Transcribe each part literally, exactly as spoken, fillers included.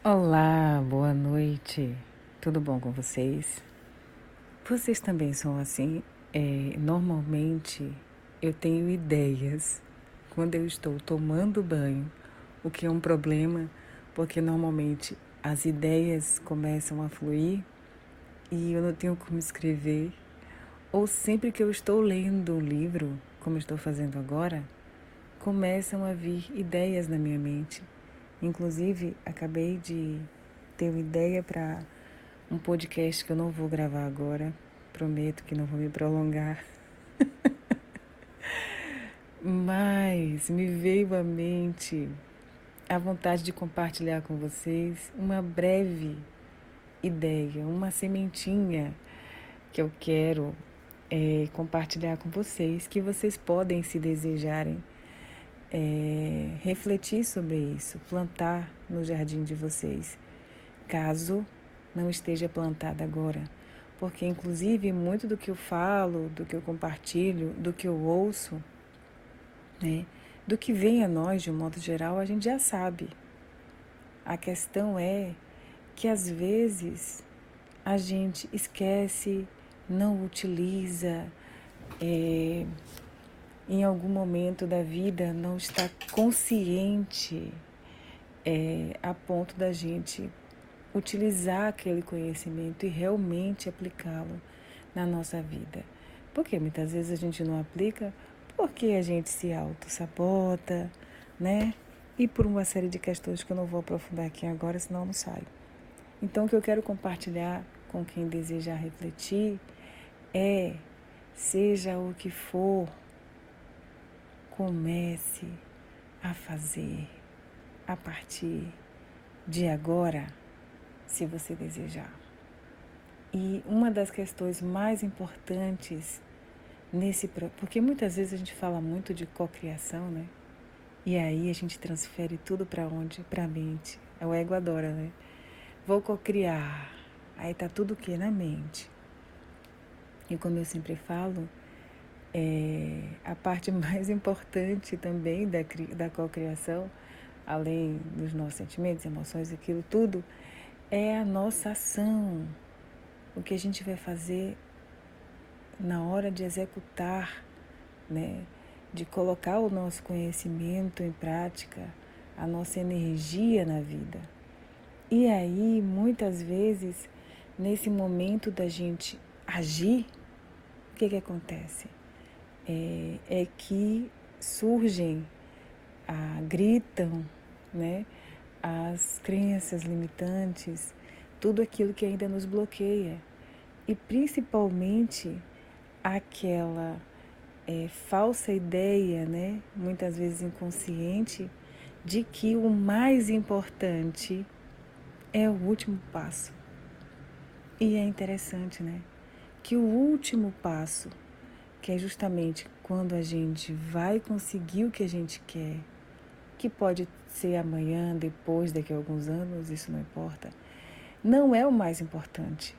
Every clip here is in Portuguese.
Olá, boa noite. Tudo bom com vocês? Vocês também são assim? É, normalmente eu tenho ideias quando eu estou tomando banho, o que é um problema, porque normalmente as ideias começam a fluir e eu não tenho como escrever. Ou sempre que eu estou lendo um livro, como eu estou fazendo agora, começam a vir ideias na minha mente. Inclusive, acabei de ter uma ideia para um podcast que eu não vou gravar agora. Prometo que não vou me prolongar. Mas me veio à mente a vontade de compartilhar com vocês uma breve ideia, uma sementinha que eu quero é, compartilhar com vocês, que vocês podem, se desejarem, é, refletir sobre isso, plantar no jardim de vocês, caso não esteja plantada agora. Porque, inclusive, muito do que eu falo, do que eu compartilho, do que eu ouço, né, do que vem a nós, de um modo geral, a gente já sabe. A questão é que, às vezes, a gente esquece, não utiliza, é, em algum momento da vida não está consciente é, a ponto da gente utilizar aquele conhecimento e realmente aplicá-lo na nossa vida. Porque muitas vezes a gente não aplica porque a gente se auto-sabota, né? E por uma série de questões que eu não vou aprofundar aqui agora, senão eu não saio. Então, o que eu quero compartilhar com quem desejar refletir é, seja o que for, comece a fazer a partir de agora, se você desejar. E uma das questões mais importantes nesse... Porque muitas vezes a gente fala muito de cocriação, né? E aí a gente transfere tudo para onde? Para a mente. O ego adora, né? Vou cocriar. Aí tá tudo o quê? Na mente. E como eu sempre falo, é, a parte mais importante também da, da cocriação, além dos nossos sentimentos, emoções, aquilo tudo, é a nossa ação. O que a gente vai fazer na hora de executar, né? De colocar o nosso conhecimento em prática, a nossa energia na vida. E aí, muitas vezes, nesse momento da gente agir, o que que acontece? É, é que surgem, ah, gritam, né, as crenças limitantes, tudo aquilo que ainda nos bloqueia. E principalmente aquela é, falsa ideia, né, muitas vezes inconsciente, de que o mais importante é o último passo. E é interessante, né, que o último passo, que é justamente quando a gente vai conseguir o que a gente quer, que pode ser amanhã, depois, daqui a alguns anos, isso não importa, não é o mais importante.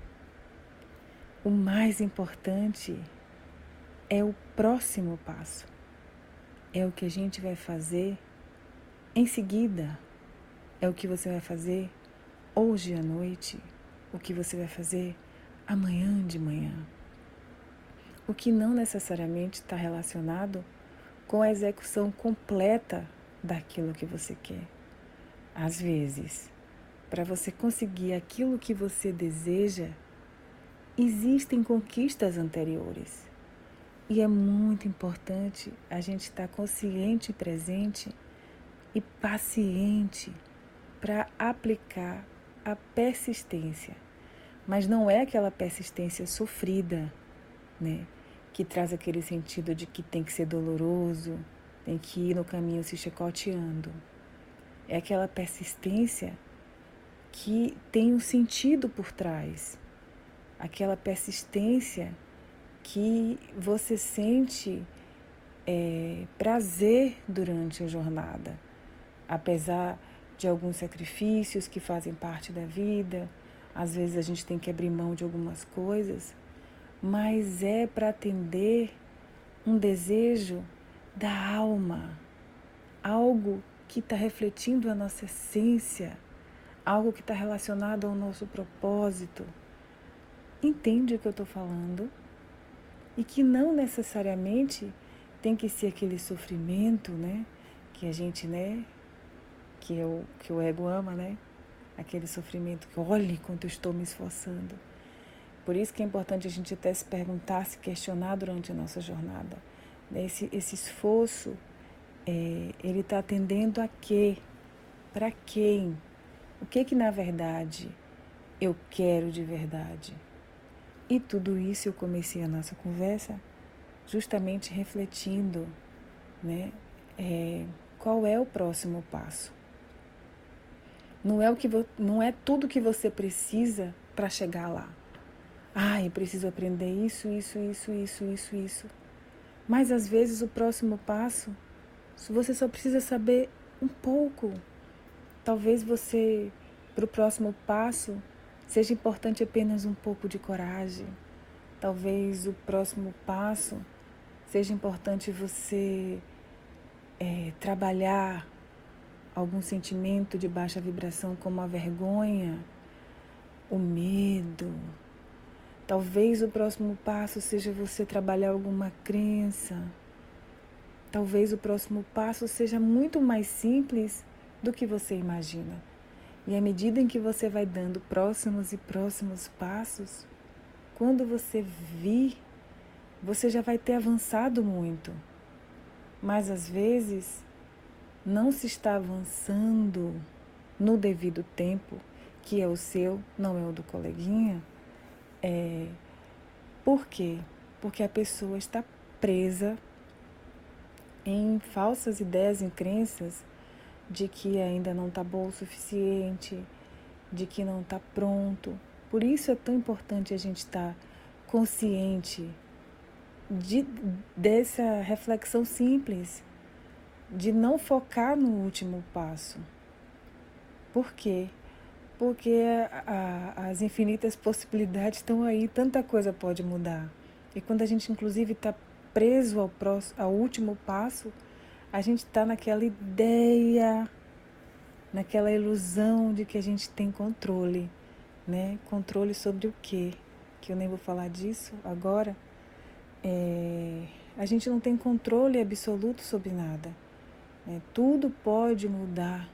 O mais importante é o próximo passo. É o que a gente vai fazer em seguida. É o que você vai fazer hoje à noite. O que você vai fazer amanhã de manhã. O que não necessariamente está relacionado com a execução completa daquilo que você quer. Às vezes, para você conseguir aquilo que você deseja, existem conquistas anteriores. E é muito importante a gente estar consciente e presente e paciente para aplicar a persistência. Mas não é aquela persistência sofrida, né? Que traz aquele sentido de que tem que ser doloroso, tem que ir no caminho se chicoteando. É aquela persistência que tem um sentido por trás. Aquela persistência que você sente é, prazer durante a jornada, apesar de alguns sacrifícios que fazem parte da vida. Às vezes a gente tem que abrir mão de algumas coisas, mas é para atender um desejo da alma, algo que está refletindo a nossa essência, algo que está relacionado ao nosso propósito. Entende o que eu estou falando? E que não necessariamente tem que ser aquele sofrimento, né? Que a gente, né? Que, eu, que o ego ama, né? Aquele sofrimento que, olhe quanto eu estou me esforçando. Por isso que é importante a gente até se perguntar, se questionar durante a nossa jornada. Esse, esse esforço, é, ele está atendendo a quê? Para quem? O que que, na verdade, eu quero de verdade? E tudo isso eu comecei a nossa conversa justamente refletindo, né? É, qual é o próximo passo? Não é, o que vo, não é tudo que você precisa para chegar lá. Ah, eu preciso aprender isso, isso, isso, isso, isso, isso. Mas às vezes o próximo passo, você só precisa saber um pouco. Talvez você, para o próximo passo, seja importante apenas um pouco de coragem. Talvez o próximo passo seja importante você é, trabalhar algum sentimento de baixa vibração, como a vergonha, o medo. Talvez o próximo passo seja você trabalhar alguma crença. Talvez o próximo passo seja muito mais simples do que você imagina. E à medida em que você vai dando próximos e próximos passos, quando você vir, você já vai ter avançado muito. Mas às vezes não se está avançando no devido tempo, que é o seu, não é o do coleguinha. É... Por quê? Porque a pessoa está presa em falsas ideias, em crenças de que ainda não está bom o suficiente, de que não está pronto. Por isso é tão importante a gente estar consciente de, dessa reflexão simples, de não focar no último passo. Por quê? Porque a, a, as infinitas possibilidades estão aí, tanta coisa pode mudar. E quando a gente, inclusive, está preso ao, próximo, ao último passo, a gente está naquela ideia, naquela ilusão de que a gente tem controle, né? Controle sobre o quê? Que eu nem vou falar disso agora. É, a gente não tem controle absoluto sobre nada, né? Tudo pode mudar.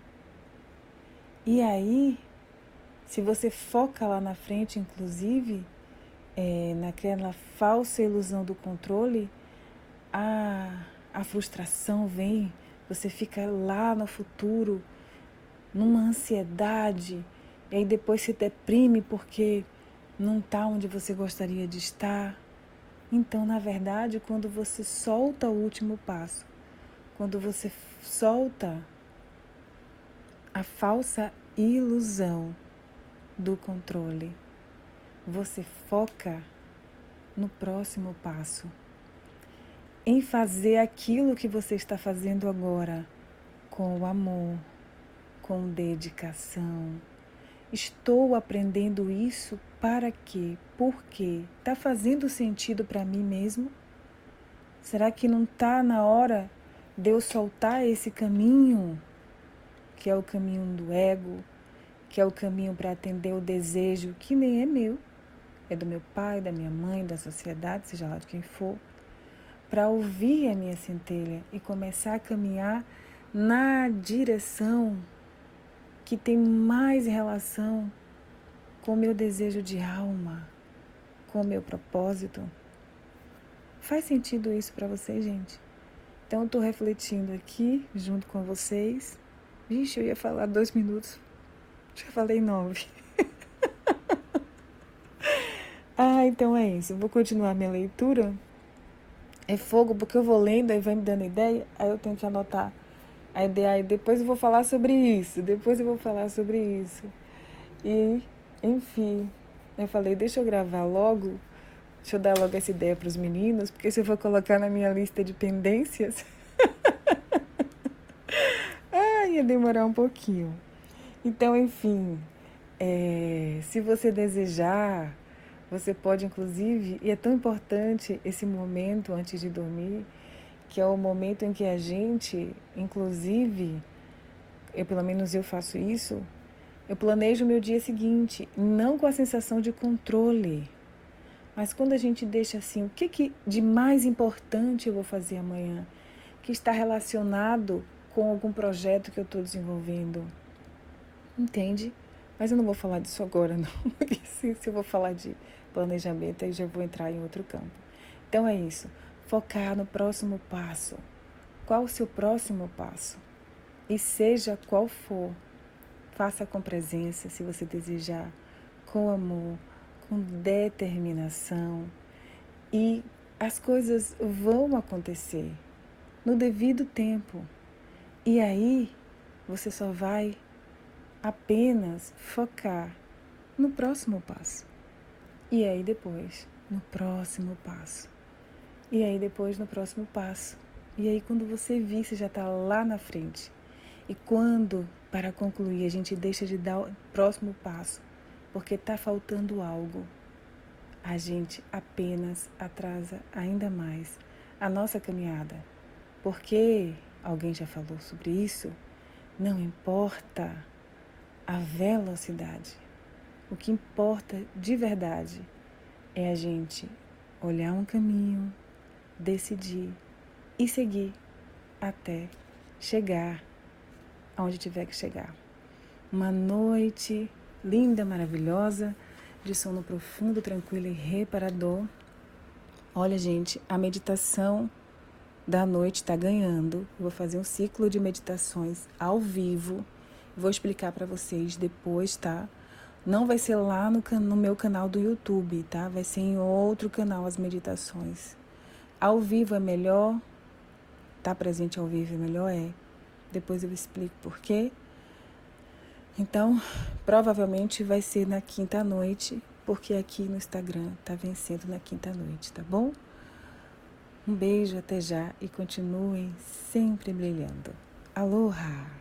E aí, se você foca lá na frente, inclusive, é, naquela falsa ilusão do controle, a, a frustração vem, você fica lá no futuro, numa ansiedade, e aí depois se deprime porque não está onde você gostaria de estar. Então, na verdade, quando você solta o último passo, quando você solta a falsa ilusão do controle, você foca no próximo passo, em fazer aquilo que você está fazendo agora com amor, com dedicação. Estou aprendendo isso para quê? Por quê? Está fazendo sentido para mim mesmo? Será que não está na hora de eu soltar esse caminho, que é o caminho do ego, que é o caminho para atender o desejo que nem é meu, é do meu pai, da minha mãe, da sociedade, seja lá de quem for, para ouvir a minha centelha e começar a caminhar na direção que tem mais relação com o meu desejo de alma, com o meu propósito? Faz sentido isso para vocês, gente? Então, eu estou refletindo aqui, junto com vocês. Vixe, eu ia falar dois minutos, já falei nove. Ah, então é isso. Eu vou continuar minha leitura. É fogo, porque eu vou lendo, aí vai me dando ideia, aí eu tento anotar a ideia, aí depois eu vou falar sobre isso, depois eu vou falar sobre isso. E, enfim, eu falei, deixa eu gravar logo, deixa eu dar logo essa ideia para os meninos, porque se eu for colocar na minha lista de pendências, ah, ia demorar um pouquinho. Então, enfim, é, se você desejar, você pode, inclusive, e é tão importante esse momento antes de dormir, que é o momento em que a gente, inclusive, eu, pelo menos eu faço isso, Eu planejo o meu dia seguinte, não com a sensação de controle, mas quando a gente deixa assim, o que, que de mais importante eu vou fazer amanhã, que está relacionado com algum projeto que eu estou desenvolvendo. Entende? Mas eu não vou falar disso agora, não. Porque se, se eu vou falar de planejamento, aí já vou entrar em outro campo. Então é isso. Focar no próximo passo. Qual o seu próximo passo? E seja qual for, faça com presença, se você desejar, com amor, com determinação. E as coisas vão acontecer no devido tempo. E aí, você só vai apenas focar no próximo passo. E aí depois, no próximo passo. E aí depois, no próximo passo. E aí quando você vir, você já está lá na frente. E quando, para concluir, a gente deixa de dar o próximo passo, porque está faltando algo, a gente apenas atrasa ainda mais a nossa caminhada. Porque, alguém já falou sobre isso, não importa a velocidade. O que importa de verdade é a gente olhar um caminho, decidir e seguir até chegar aonde tiver que chegar. Uma noite linda, maravilhosa, de sono profundo, tranquilo e reparador. Olha, gente, a meditação da noite está ganhando. Eu vou fazer um ciclo de meditações ao vivo. Vou explicar para vocês depois, tá? Não vai ser lá no, no meu canal do YouTube, tá? Vai ser em outro canal as meditações. Ao vivo é melhor, tá presente ao vivo é melhor, é. Depois eu explico por quê. Então, provavelmente vai ser na quinta noite, porque aqui no Instagram tá vencendo na quinta noite, tá bom? Um beijo, até já e continuem sempre brilhando. Aloha!